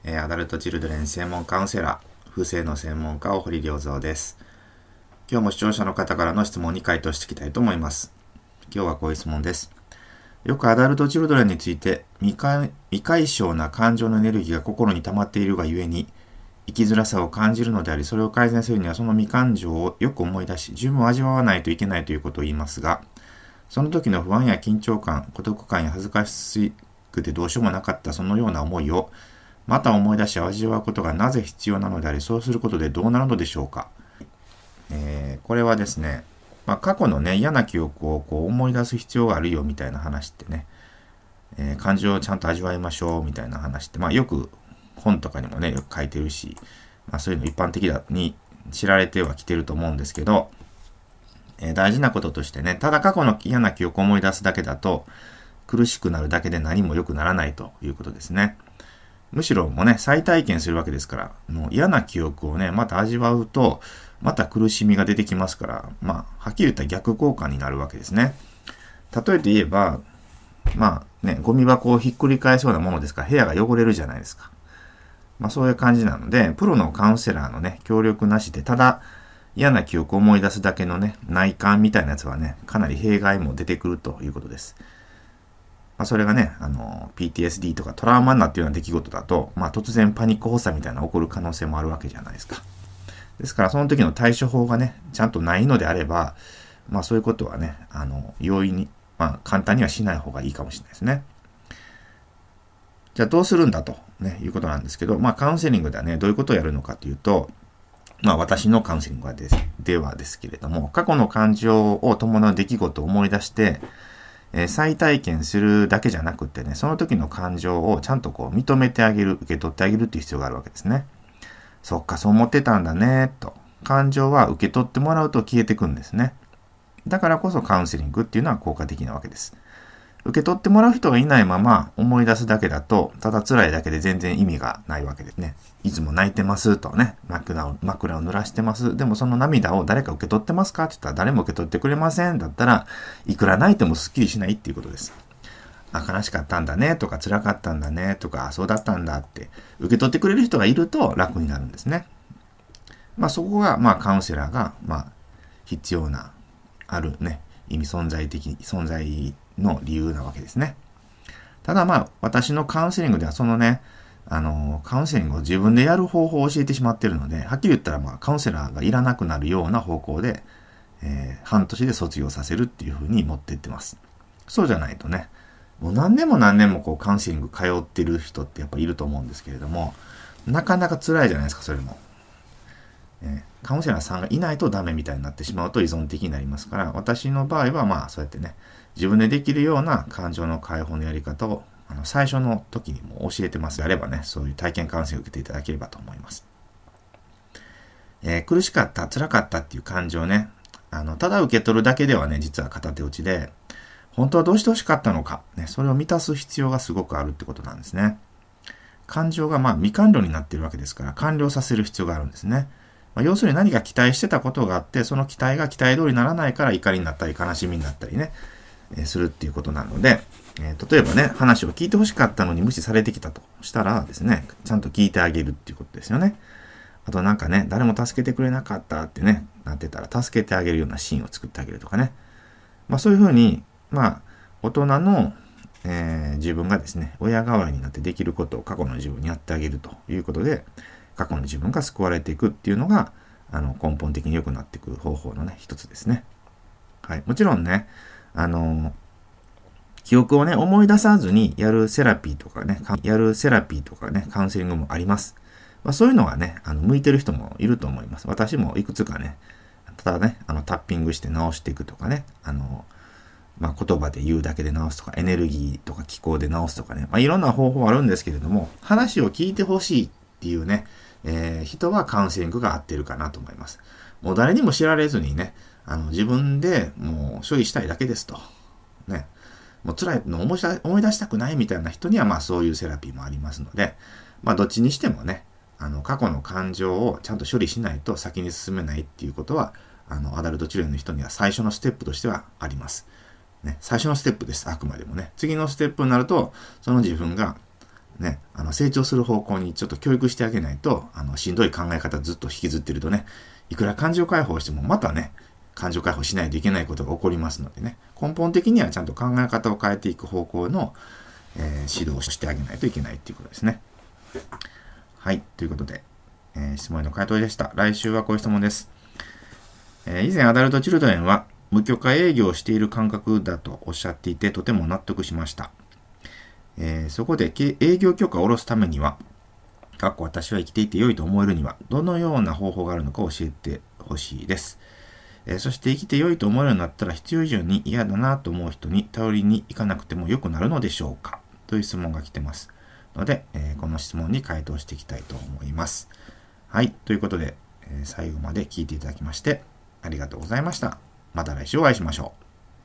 アダルトチルドレン専門カウンセラー、不正の専門家を堀良三です。今日も視聴者の方からの質問に回答していきたいと思います。今日はこういう質問です。よくアダルトチルドレンについて未解消な感情のエネルギーが心に溜まっているがゆえに生きづらさを感じるのであり、それを改善するにはその未感情をよく思い出し、十分味わわないといけないということを言いますが、その時の不安や緊張感、孤独感や恥ずかしくてどうしようもなかったそのような思いをまた思い出し味わうことがなぜ必要なのであり、そうすることでどうなるのでしょうか。これはですね、過去のね、嫌な記憶を思い出す必要があるよみたいな話ってね、感情をちゃんと味わいましょうみたいな話って、よく本とかにもね、よく書いてるし、そういうの一般的に知られてはきてると思うんですけど、大事なこととしてね、ただ過去の嫌な記憶を思い出すだけだと、苦しくなるだけで何も良くならないということですね。むしろもね、再体験するわけですから、もう嫌な記憶をね、また味わうと、また苦しみが出てきますから、はっきり言ったら逆効果になるわけですね。例えて言えば、ゴミ箱をひっくり返すようなものですから、部屋が汚れるじゃないですか。そういう感じなので、プロのカウンセラーのね、協力なしで、ただ嫌な記憶を思い出すだけのね、内観みたいなやつはね、かなり弊害も出てくるということです。それがね、PTSD とかトラウマになっているような出来事だと、突然パニック発作みたいなのが起こる可能性もあるわけじゃないですか。ですから、その時の対処法がね、ちゃんとないのであれば、そういうことはね、容易に、簡単にはしない方がいいかもしれないですね。じゃあどうするんだと、ね、いうことなんですけど、カウンセリングではね、どういうことをやるのかというと、私のカウンセリングではですけれども、過去の感情を伴う出来事を思い出して、再体験するだけじゃなくてね、その時の感情をちゃんと認めてあげる、受け取ってあげるっていう必要があるわけですね。そっか、そう思ってたんだね、と。感情は受け取ってもらうと消えてくんですね。だからこそカウンセリングっていうのは効果的なわけです。受け取ってもらう人がいないまま思い出すだけだと、ただ辛いだけで全然意味がないわけですね。いつも泣いてますとね、枕を濡らしてます。でもその涙を誰か受け取ってますかって言ったら誰も受け取ってくれませんだったら、いくら泣いてもスッキリしないっていうことです。悲しかったんだねとか辛かったんだねとかそうだったんだって受け取ってくれる人がいると楽になるんですね。そこがカウンセラーが必要なあるね存在の理由なわけですね。ただ私のカウンセリングではそのねカウンセリングを自分でやる方法を教えてしまっているので、はっきり言ったらカウンセラーがいらなくなるような方向で、半年で卒業させるっていう風に持っていってます。そうじゃないとね、もう何年もカウンセリング通ってる人ってやっぱいると思うんですけれども、なかなか辛いじゃないですか、それも。カウンセラーさんがいないとダメみたいになってしまうと依存的になりますから、私の場合はそうやってね、自分でできるような感情の解放のやり方を最初の時にも教えてますであればね、そういう体験カウンセリングを受けていただければと思います。苦しかった、辛かったっていう感情ね、ただ受け取るだけではね、実は片手落ちで、本当はどうしてほしかったのか、ね、それを満たす必要がすごくあるってことなんですね。感情が未完了になっているわけですから、完了させる必要があるんですね。要するに何か期待してたことがあって、その期待が期待通りにならないから怒りになったり悲しみになったりね、するっていうことなので、例えばね、話を聞いてほしかったのに無視されてきたとしたらですね、ちゃんと聞いてあげるっていうことですよね。あと誰も助けてくれなかったってね、なってたら助けてあげるようなシーンを作ってあげるとかね。そういうふうに、大人の、自分がですね、親代わりになってできることを過去の自分にやってあげるということで、過去の自分が救われていくっていうのが、根本的に良くなっていく方法のね、一つですね。はい。もちろんね、記憶をね、思い出さずにやるセラピーとかね、カウンセリングもあります。そういうのがね、向いてる人もいると思います。私もいくつかね、ただね、タッピングして直していくとかね、言葉で言うだけで直すとか、エネルギーとか気候で直すとかね、いろんな方法あるんですけれども、話を聞いてほしいっていうね、人はカウンセリングが合ってるかなと思います。もう誰にも知られずにね、自分でもう処理したいだけですと。ね。もう辛いのを思い出したくないみたいな人にはそういうセラピーもありますので、どっちにしてもね、過去の感情をちゃんと処理しないと先に進めないっていうことは、アダルト治療の人には最初のステップとしてはあります。ね、最初のステップです。あくまでもね。次のステップになると、その自分がね、成長する方向にちょっと教育してあげないと、しんどい考え方ずっと引きずってるとね、いくら感情解放してもまたね、感情解放しないといけないことが起こりますのでね、根本的にはちゃんと考え方を変えていく方向の、指導をしてあげないといけないっていうことですね。はい、ということで、質問への回答でした。来週はこういう質問です。以前アダルトチルドレンは無許可営業をしている感覚だとおっしゃっていて、とても納得しました。そこで営業許可を下ろすためには、私は生きていて良いと思えるには、どのような方法があるのか教えてほしいです。そして生きて良いと思えるようになったら必要以上に嫌だなと思う人に頼りに行かなくても良くなるのでしょうかという質問が来てますので、この質問に回答していきたいと思います。はい、ということで、最後まで聞いていただきましてありがとうございました。また来週お会いしましょう。